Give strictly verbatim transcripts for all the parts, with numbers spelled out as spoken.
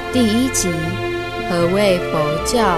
第一集：何谓佛教？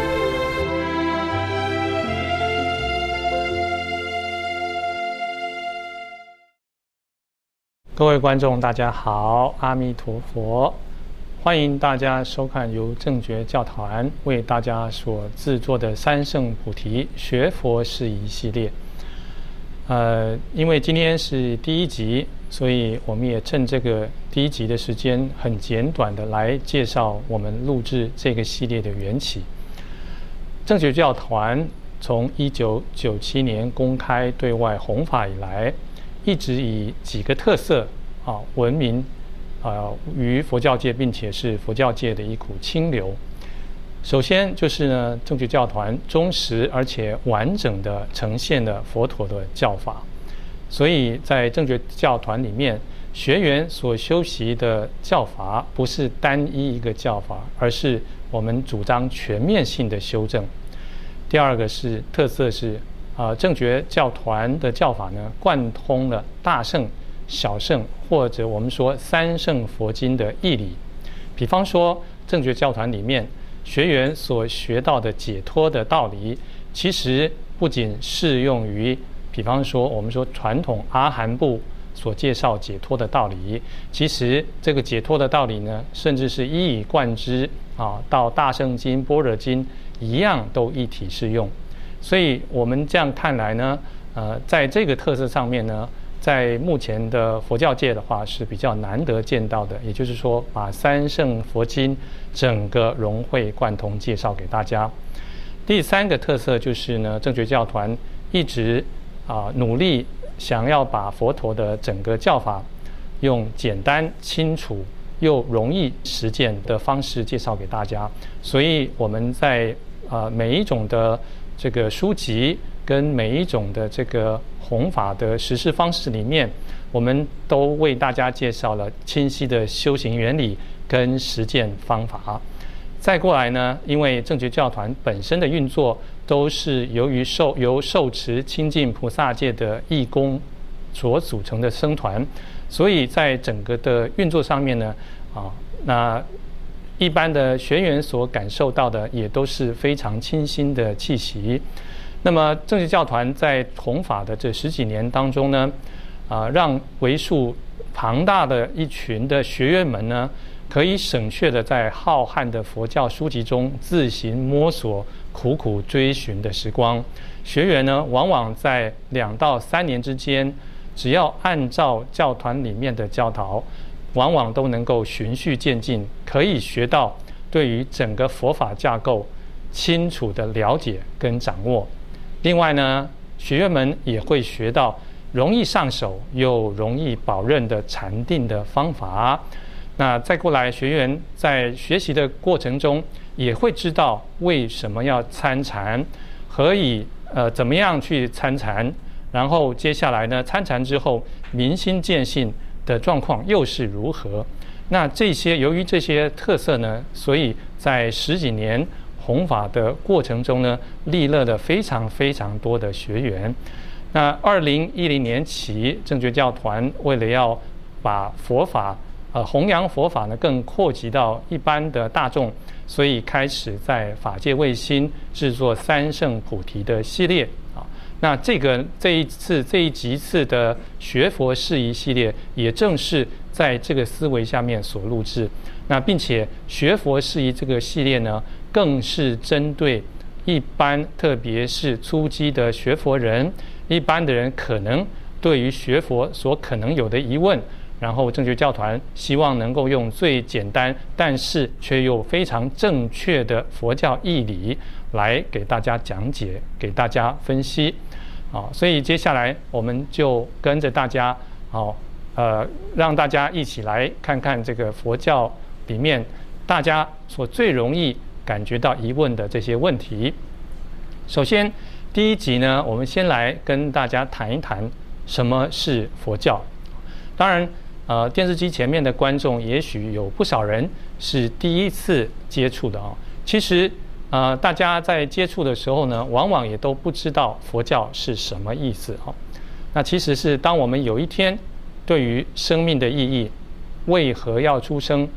各位观众，大家好，阿弥陀佛！欢迎大家收看由正觉教团为大家所制作的三圣菩提学佛事宜系列。呃，因为今天是第一集，所以我们也趁这个第一集的时间，很简短的来介绍我们录制这个系列的缘起。正觉教团从一九九七年公开对外弘法以来，一直以几个特色啊闻名啊于佛教界，并且是佛教界的一股清流。首先就是呢，正觉教团忠实而且完整的呈现了佛陀的教法，所以在正觉教团里面，学员所修习的教法不是单一一个教法，而是我们主张全面性的修正。第二个是特色是啊、呃，正觉教团的教法呢，贯通了大乘、小乘或者我们说三圣佛经的义理。比方说，正觉教团里面学员所学到的解脱的道理，其实不仅适用于，比方说我们说传统阿含部所介绍解脱的道理，其实这个解脱的道理呢，甚至是一以贯之啊，到大乘经、般若经一样都一体适用。所以我们这样看来呢，呃，在这个特色上面呢，在目前的佛教界的话是比较难得见到的，也就是说，把三圣佛经整个融会贯通介绍给大家。第三个特色就是呢，正觉教团一直啊、呃、努力想要把佛陀的整个教法用简单、清楚又容易实践的方式介绍给大家。所以我们在呃每一种的这个书籍跟每一种的这个弘法的实施方式里面，我们都为大家介绍了清晰的修行原理跟实践方法。再过来呢，因为正觉教团本身的运作都是由于受由受持清净菩萨界的义工所组成的僧团，所以在整个的运作上面呢，啊，那一般的学员所感受到的也都是非常清新的气息。那么正觉教团在弘法的这十几年当中呢，啊、呃，让为数庞大的一群的学员们呢，可以省却的在浩瀚的佛教书籍中自行摸索、苦苦追寻的时光。学员呢，往往在两到三年之间，只要按照教团里面的教导，往往都能够循序渐进，可以学到对于整个佛法架构清楚的了解跟掌握。另外呢，学员们也会学到容易上手又容易保任的禅定的方法。那再过来，学员在学习的过程中也会知道为什么要参禅，何以呃怎么样去参禅，然后接下来呢，参禅之后明心见性的状况又是如何。那这些由于这些特色呢，所以在十几年弘法的过程中呢，历乐了非常非常多的学员。那二零一零年起，正觉教团为了要把佛法呃弘扬佛法呢更扩及到一般的大众，所以开始在法界卫星制作三圣菩提的系列啊。那这个这一次这一集次的学佛事宜系列，也正是在这个思维下面所录制。那并且学佛事宜这个系列呢，更是针对一般特别是初机的学佛人，一般的人可能对于学佛所可能有的疑问，然后正觉教团希望能够用最简单但是却又非常正确的佛教义理来给大家讲解，给大家分析啊。所以接下来我们就跟着大家好、呃让大家一起来看看这个佛教里面大家所最容易感觉到疑问的这些问题。首先第一集呢，我们先来跟大家谈一谈什么是佛教。当然呃，电视机前面的观众也许有不少人是第一次接触的啊、哦。其实呃，大家在接触的时候呢，往往也都不知道佛教是什么意思啊、哦。那其实是当我们有一天对于生命的意义、为何要出生、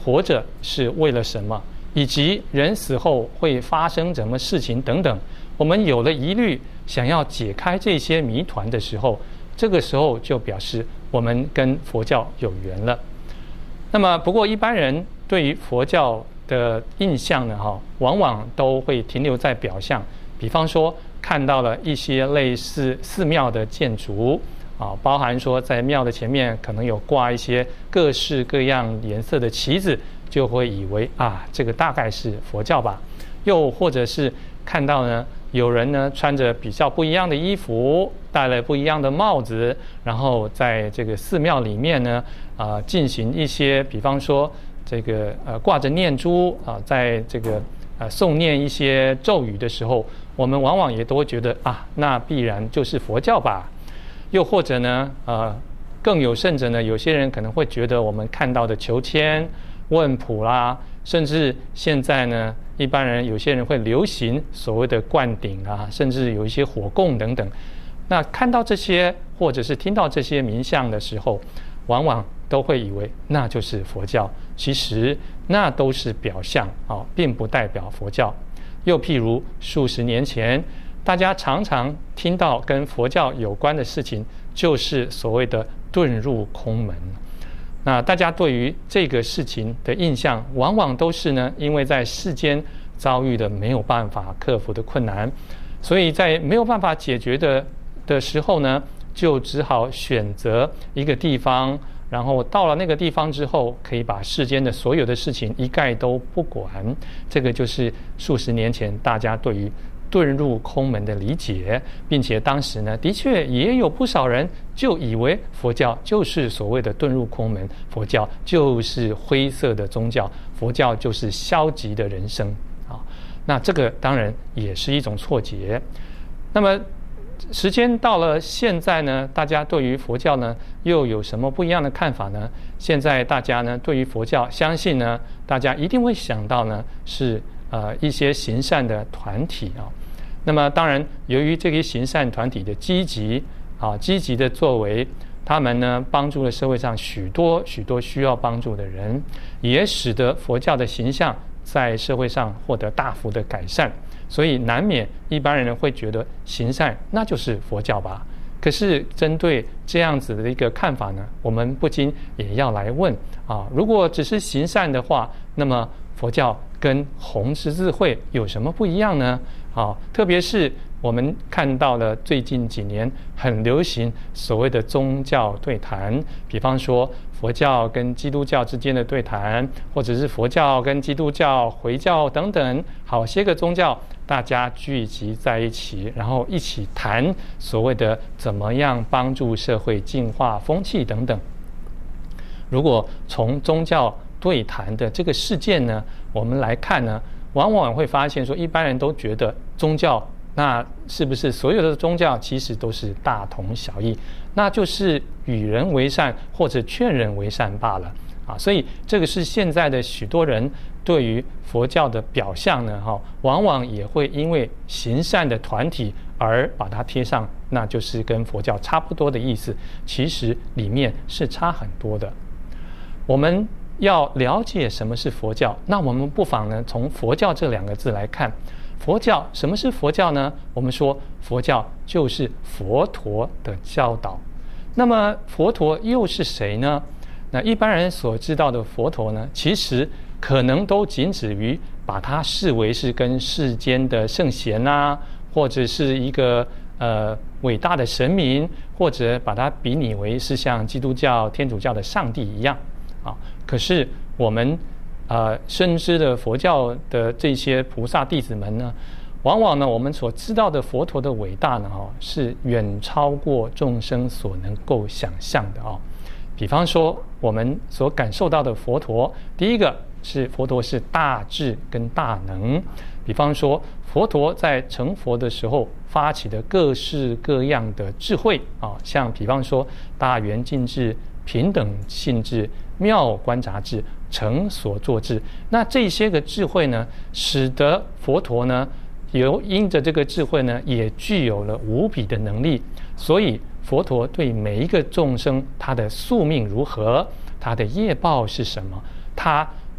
活着是为了什么，以及人死后会发生什么事情等等，我们有了疑虑，想要解开这些谜团的时候，这个时候就表示我们跟佛教有缘了。那么不过一般人对于佛教的印象呢，哈，往往都会停留在表象，比方说看到了一些类似寺庙的建筑啊，包含说在庙的前面可能有挂一些各式各样颜色的旗子，就会以为啊，这个大概是佛教吧。又或者是看到呢，有人呢穿着比较不一样的衣服，戴了不一样的帽子，然后在这个寺庙里面呢，啊、呃，进行一些，比方说这个呃挂着念珠啊、呃，在这个呃诵念一些咒语的时候，我们往往也都会觉得啊，那必然就是佛教吧。又或者呢，呃，更有甚者呢，有些人可能会觉得我们看到的求签、问卜啦，甚至现在呢，一般人有些人会流行所谓的灌顶啊，甚至有一些火供等等。那看到这些，或者是听到这些名相的时候，往往都会以为那就是佛教。其实那都是表象啊，并不代表佛教。又譬如数十年前，大家常常听到跟佛教有关的事情，就是所谓的遁入空门。那大家对于这个事情的印象，往往都是呢，因为在世间遭遇了没有办法克服的困难，所以在没有办法解决的的时候呢，就只好选择一个地方，然后到了那个地方之后，可以把世间的所有的事情一概都不管。这个就是数十年前大家对于遁入空门的理解，并且当时呢，的确也有不少人就以为佛教就是所谓的遁入空门，佛教就是灰色的宗教，佛教就是消极的人生啊。那这个当然也是一种错解。那么时间到了现在呢，大家对于佛教呢又有什么不一样的看法呢？现在大家呢对于佛教，相信呢大家一定会想到呢是呃一些行善的团体啊。那么当然，由于这些行善团体的积极啊积极的作为，他们呢帮助了社会上许多许多需要帮助的人，也使得佛教的形象在社会上获得大幅的改善。所以难免一般人会觉得行善那就是佛教吧。可是针对这样子的一个看法呢，我们不禁也要来问啊，如果只是行善的话，那么佛教跟红十字会有什么不一样呢？啊，特别是我们看到了最近几年很流行所谓的宗教对谈，比方说佛教跟基督教之间的对谈，或者是佛教跟基督教、回教等等好些个宗教，大家聚集在一起，然后一起谈所谓的怎么样帮助社会净化风气等等。如果从宗教对谈的这个事件呢，我们来看呢，往往会发现说，一般人都觉得宗教，那是不是所有的宗教其实都是大同小异，那就是与人为善或者劝人为善罢了啊。所以这个是现在的许多人对于佛教的表象呢，哈，往往也会因为行善的团体而把它贴上，那就是跟佛教差不多的意思。其实里面是差很多的。我们要了解什么是佛教，那我们不妨呢从佛教这两个字来看。佛教，什么是佛教呢？我们说佛教就是佛陀的教导。那么佛陀又是谁呢？那一般人所知道的佛陀呢，其实可能都仅止于把它视为是跟世间的圣贤啊，或者是一个呃伟大的神明，或者把它比拟为是像基督教、天主教的上帝一样啊。可是我们呃深知的佛教的这些菩萨弟子们呢，往往呢我们所知道的佛陀的伟大呢，哦，是远超过众生所能够想象的哦。比方说我们所感受到的佛陀，第一个是佛陀是大智跟大能。比方说佛陀在成佛的时候发起的各式各样的智慧啊，像比方说大圆镜智、平等性智、妙观察智、成所作智，那这些个智慧呢，使得佛陀呢有因着这个智慧呢，也具有了无比的能力。所以佛陀对每一个众生，他的宿命如何，他的业报是什么，他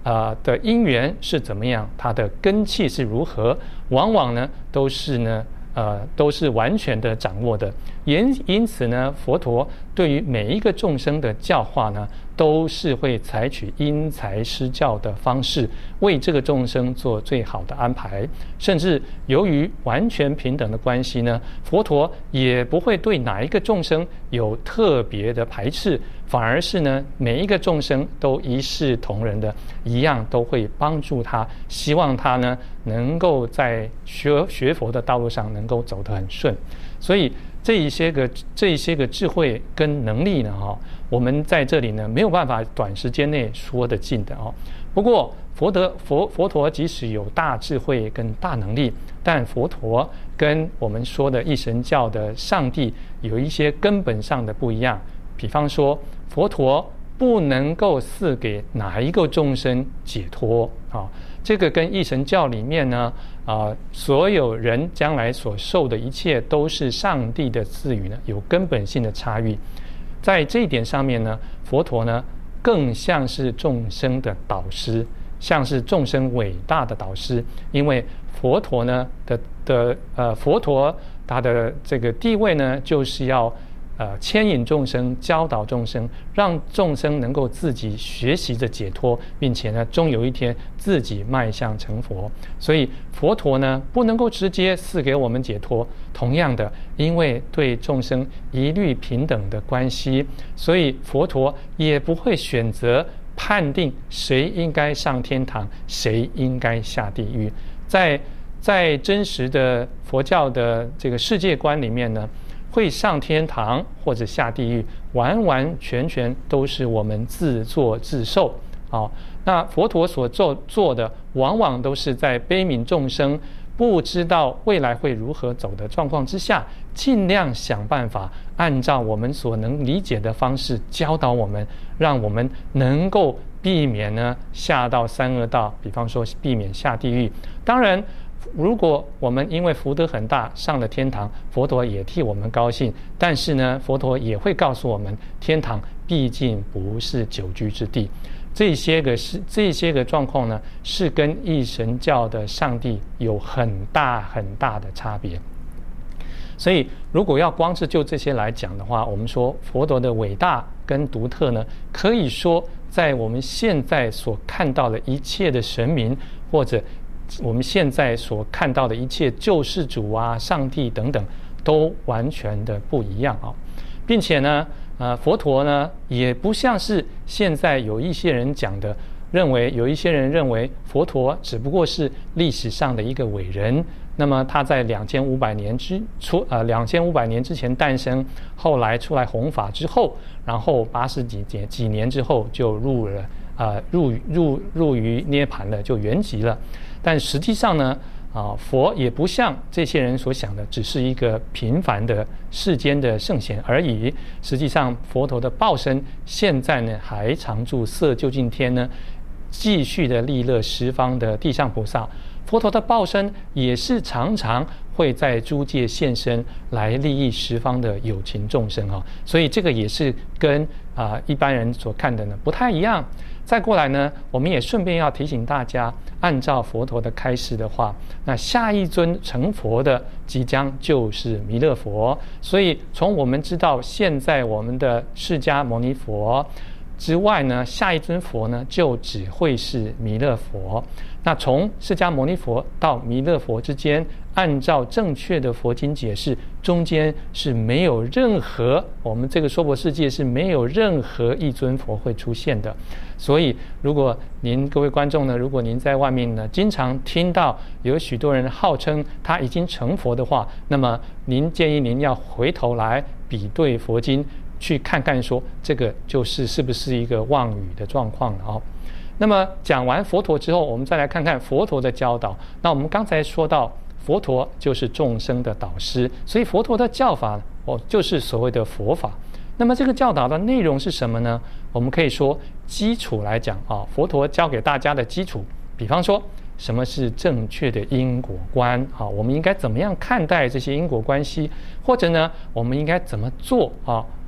呃的因缘是怎么样，它的根器是如何，往往呢都是呢呃都是完全的掌握的。因因此呢，佛陀对于每一个众生的教化呢，都是会采取因材施教的方式，为这个众生做最好的安排。甚至由于完全平等的关系呢，佛陀也不会对哪一个众生有特别的排斥，反而是呢每一个众生都一视同仁的，一样都会帮助他，希望他呢能够在学学佛的道路上能够走得很顺。所以这一些个这一些个智慧跟能力呢，哈，我们在这里呢没有办法短时间内说得尽的哦。不过佛德佛佛陀即使有大智慧跟大能力，但佛陀跟我们说的一神教的上帝有一些根本上的不一样。比方说，佛陀不能够赐给哪一个众生解脱啊，这个跟一神教里面呢啊，所有人将来所受的一切都是上帝的赐予呢，有根本性的差异。在这一点上面呢，佛陀呢更像是众生的导师，像是众生伟大的导师。因为佛陀呢的的呃，佛陀他的这个地位呢，就是要呃，牵引众生，教导众生，让众生能够自己学习着解脱，并且呢，终有一天自己迈向成佛。所以佛陀呢，不能够直接赐给我们解脱。同样的，因为对众生一律平等的关系，所以佛陀也不会选择判定谁应该上天堂，谁应该下地狱。在在真实的佛教的这个世界观里面呢，会上天堂或者下地狱，完完全全都是我们自作自受啊、哦。那佛陀所做做的，往往都是在悲悯众生不知道未来会如何走的状况之下，尽量想办法按照我们所能理解的方式教导我们，让我们能够避免呢下到三恶道，比方说避免下地狱。当然，如果我们因为福德很大上了天堂，佛陀也替我们高兴。但是呢，佛陀也会告诉我们，天堂毕竟不是久居之地。这些个是这些个状况呢，是跟一神教的上帝有很大很大的差别。所以，如果要光是就这些来讲的话，我们说佛陀的伟大跟独特呢，可以说在我们现在所看到的一切的神明，或者我们现在所看到的一切救世主啊、上帝等等，都完全的不一样啊，并且呢，呃，佛陀呢也不像是现在有一些人讲的，认为有一些人认为佛陀只不过是历史上的一个伟人，那么他在两千五百年之出呃两千五百年之前诞生，后来出来弘法之后，然后八十几年几年之后就入了呃入入入于涅槃了，就圆寂了。但实际上呢，啊，佛也不像这些人所想的，只是一个平凡的世间的圣贤而已。实际上，佛陀的报身现在呢，还常住色究竟天呢，继续的利乐十方的地上菩萨。佛陀的报身也是常常会在诸界现身，来利益十方的有情众生啊。所以这个也是跟啊、呃、一般人所看的呢不太一样。再过来呢，我们也顺便要提醒大家，按照佛陀的开示的话，那下一尊成佛的即将就是弥勒佛。所以从我们知道现在我们的释迦牟尼佛之外呢，下一尊佛呢就只会是弥勒佛。那从释迦牟尼佛到弥勒佛之间，按照正确的佛经解释，中间是没有任何我们这个娑婆世界是没有任何一尊佛会出现的。所以如果您各位观众呢，如果您在外面呢经常听到有许多人号称他已经成佛的话，那么您建议您要回头来比对佛经，去看看说这个就是是不是一个妄语的状况了哦。那么讲完佛陀之后，我们再来看看佛陀的教导。那我们刚才说到佛陀就是众生的导师，所以佛陀的教法哦就是所谓的佛法。那么这个教导的内容是什么呢？我们可以说基础来讲啊，佛陀教给大家的基础，比方说什么是正确的因果观啊？我们应该怎么样看待这些因果关系？或者呢，我们应该怎么做啊？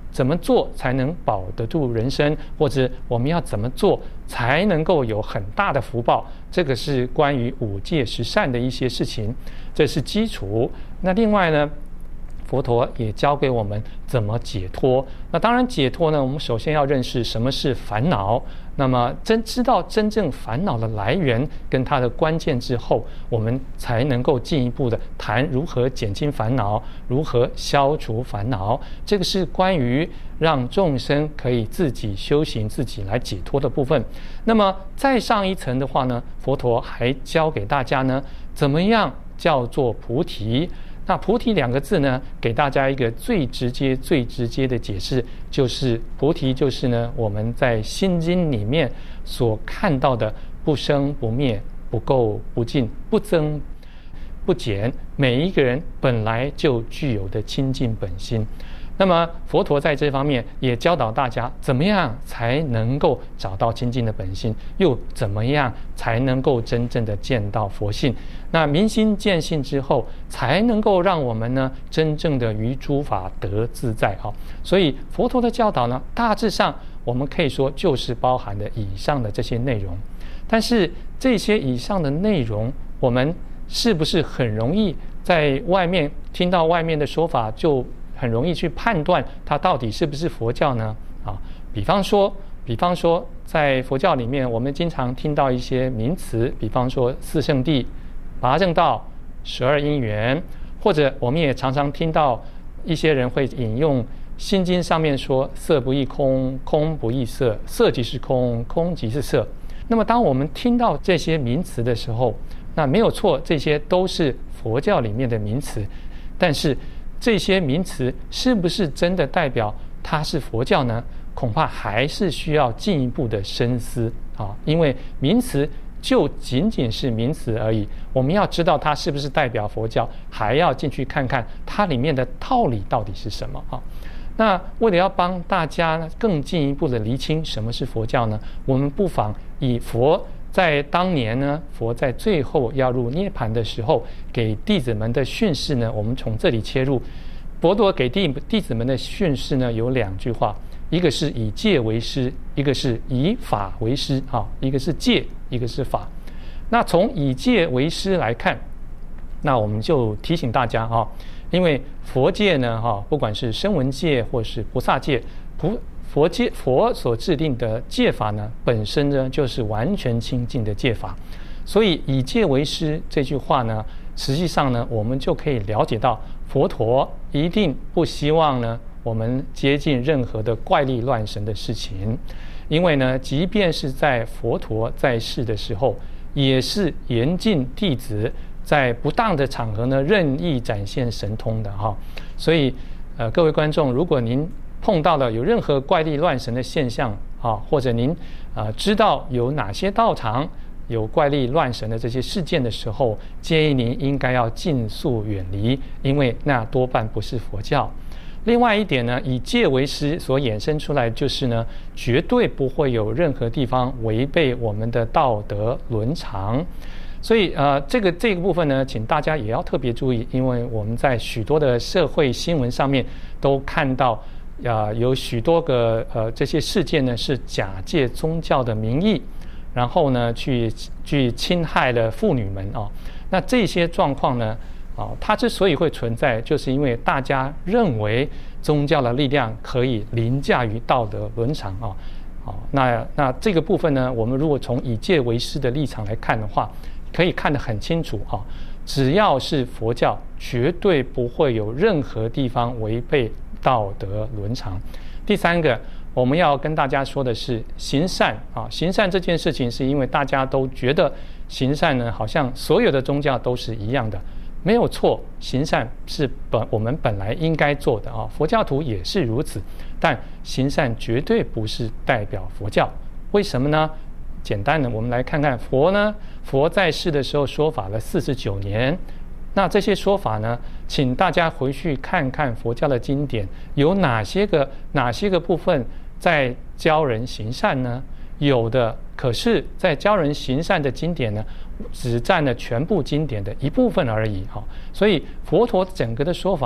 怎么做才能保得住人生，或者我们要怎么做才能够有很大的福报，这个是关于五戒十善的一些事情，这是基础。那另外呢，佛陀也教给我们怎么解脱。那当然解脱呢，我们首先要认识什么是烦恼，那么真知道真正烦恼的来源跟它的关键之后，我们才能够进一步的谈如何减轻烦恼，如何消除烦恼。这个是关于让众生可以自己修行自己来解脱的部分。那么再上一层的话呢，佛陀还教给大家呢，怎么样叫做菩提。那菩提两个字呢，给大家一个最直接最直接的解释，就是菩提就是呢我们在心经里面所看到的不生不灭、不垢不净、不增不减，每一个人本来就具有的清净本心。那么佛陀在这方面也教导大家怎么样才能够找到清净的本心，又怎么样才能够真正的见到佛性。那明心见性之后，才能够让我们呢真正的于诸法得自在啊。所以佛陀的教导呢，大致上我们可以说就是包含了以上的这些内容。但是这些以上的内容，我们是不是很容易在外面听到外面的说法，就很容易去判断它到底是不是佛教呢？啊，比方说，比方说，在佛教里面，我们经常听到一些名词，比方说四圣谛、八正道、十二因缘，或者我们也常常听到一些人会引用《心经》上面说“色不异空，空不异色，色即是空，空即是色”。那么，当我们听到这些名词的时候，那没有错，这些都是佛教里面的名词，但是这些名词是不是真的代表它是佛教呢？恐怕还是需要进一步的深思啊，因为名词就仅仅是名词而已，我们要知道它是不是代表佛教，还要进去看看它里面的道理到底是什么啊。那为了要帮大家更进一步的厘清什么是佛教呢，我们不妨以佛在当年呢，佛在最后要入涅槃的时候给弟子们的训示呢，我们从这里切入。佛陀给弟弟子们的训示呢有两句话，一个是以戒为师，一个是以法为师啊，一个是戒，一个是法。那从以戒为师来看，那我们就提醒大家啊，因为佛戒呢哈，不管是声闻戒或是菩萨戒，菩佛戒佛所制定的戒法呢，本身呢就是完全清净的戒法，所以以戒为师这句话呢，实际上呢，我们就可以了解到，佛陀一定不希望呢我们接近任何的怪力乱神的事情，因为呢，即便是在佛陀在世的时候，也是严禁弟子在不当的场合呢任意展现神通的哈。所以，呃，各位观众，如果您碰到了有任何怪力乱神的现象啊，或者您啊、呃、知道有哪些道场有怪力乱神的这些事件的时候，建议您应该要尽速远离，因为那多半不是佛教。另外一点呢，以戒为师所衍生出来就是呢，绝对不会有任何地方违背我们的道德伦常。所以呃，这个这个部分呢，请大家也要特别注意，因为我们在许多的社会新闻上面都看到，啊、呃，有许多个呃这些事件呢是假借宗教的名义，然后呢去去侵害了妇女们啊、哦。那这些状况呢，啊、哦，它之所以会存在，就是因为大家认为宗教的力量可以凌驾于道德伦常啊。好、哦，那那这个部分呢，我们如果从以戒为师的立场来看的话，可以看得很清楚啊。只要是佛教，绝对不会有任何地方违背道德伦常。第三个，我们要跟大家说的是行善啊，行善这件事情，是因为大家都觉得行善呢，好像所有的宗教都是一样的，没有错，行善是本我们本来应该做的啊，佛教徒也是如此，但行善绝对不是代表佛教，为什么呢？简单的，我们来看看佛呢，佛在世的时候说法了四十九年。那这些说法呢，请大家回去看看佛教的经典，有哪些个哪些个部分在教人行善呢？有的，可是在教人行善的经典呢，只占了全部经典的一部分而已哈。所以佛陀整个的说法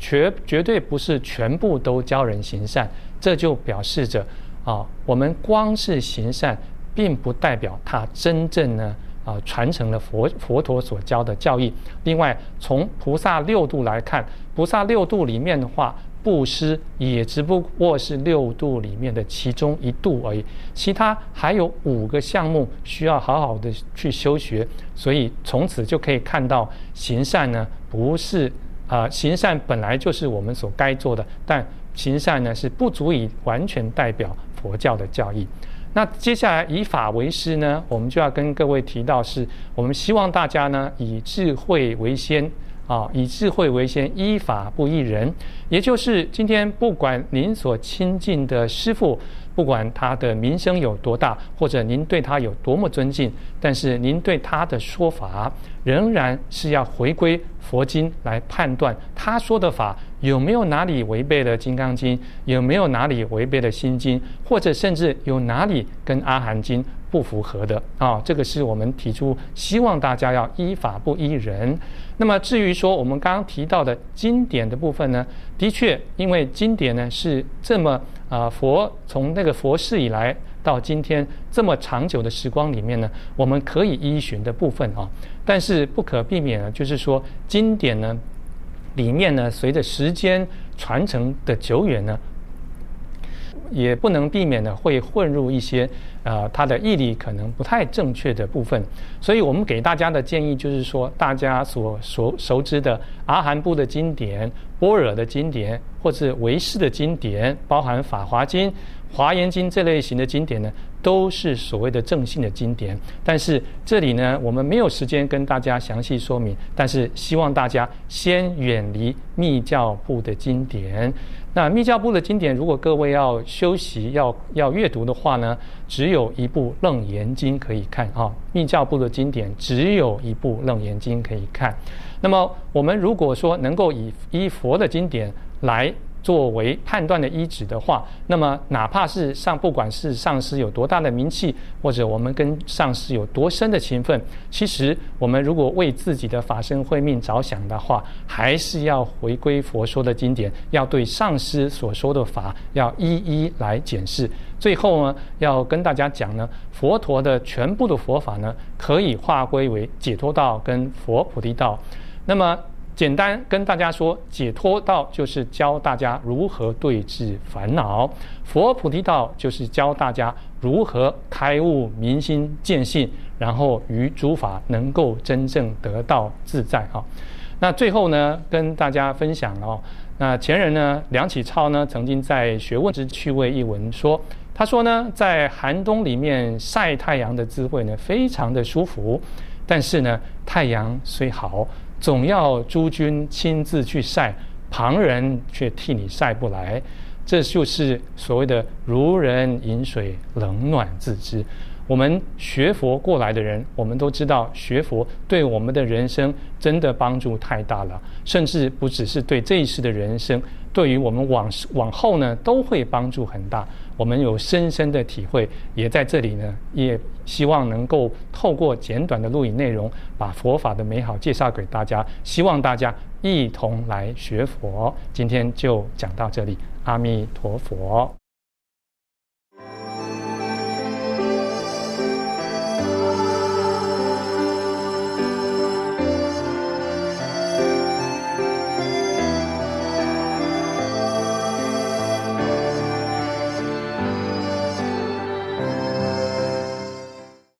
绝绝对不是全部都教人行善，这就表示着啊，我们光是行善，并不代表他真正呢啊传承了佛佛陀所教的教义。另外，从菩萨六度来看，菩萨六度里面的话，布施也只不过是六度里面的其中一度而已，其他还有五个项目需要好好的去修学。所以从此就可以看到，行善呢不是啊、呃，行善本来就是我们所该做的，但行善呢是不足以完全代表佛教的教义。那接下来以法为师呢，我们就要跟各位提到是，我们希望大家呢以智慧为先啊，以智慧为先，依法不依人。也就是今天不管您所亲近的师父，不管他的名声有多大，或者您对他有多么尊敬，但是您对他的说法仍然是要回归佛经来判断他说的法有没有哪里违背了《金刚经》，有没有哪里违背了《心经》，或者甚至有哪里跟《阿含经》不符合的啊，这个是我们提出希望大家要依法不依人。那么至于说我们刚刚提到的经典的部分呢，的确因为经典呢是这么啊、呃、佛从那个佛世以来到今天这么长久的时光里面呢，我们可以依循的部分啊，但是不可避免的就是说经典呢里面呢随着时间传承的久远呢，也不能避免的会混入一些呃它的义理可能不太正确的部分。所以我们给大家的建议就是说，大家所熟熟知的阿含部的经典、般若的经典，或是唯识的经典，包含法华经、华严经这类型的经典呢，都是所谓的正信的经典。但是这里呢，我们没有时间跟大家详细说明，但是希望大家先远离密教部的经典。那密教部的经典，如果各位要修习、要要阅读的话呢，只有一部《楞严经》可以看啊。密教部的经典只有一部《楞严经》可以看。那么我们如果说能够以依佛的经典来作为判断的依止的话，那么哪怕是上不管是上师有多大的名气，或者我们跟上师有多深的情分，其实我们如果为自己的法身慧命着想的话，还是要回归佛说的经典，要对上师所说的法要一一来检视。最后呢，要跟大家讲呢，佛陀的全部的佛法呢，可以划归为解脱道跟佛菩提道。那么简单跟大家说，解脱道就是教大家如何对治烦恼，佛菩提道就是教大家如何开悟明心见性，然后于诸法能够真正得到自在啊。那最后呢，跟大家分享哦，那前人呢，梁启超呢，曾经在《学问之趣味》一文说，他说呢，在寒冬里面晒太阳的滋味呢，非常的舒服，但是呢，太阳虽好，总要诸君亲自去晒，旁人却替你晒不来，这就是所谓的如人饮水，冷暖自知。我们学佛过来的人，我们都知道学佛对我们的人生真的帮助太大了，甚至不只是对这一世的人生，对于我们往往后呢都会帮助很大。我们有深深的体会，也在这里呢，也希望能够透过简短的录影内容，把佛法的美好介绍给大家，希望大家一同来学佛。今天就讲到这里，阿弥陀佛。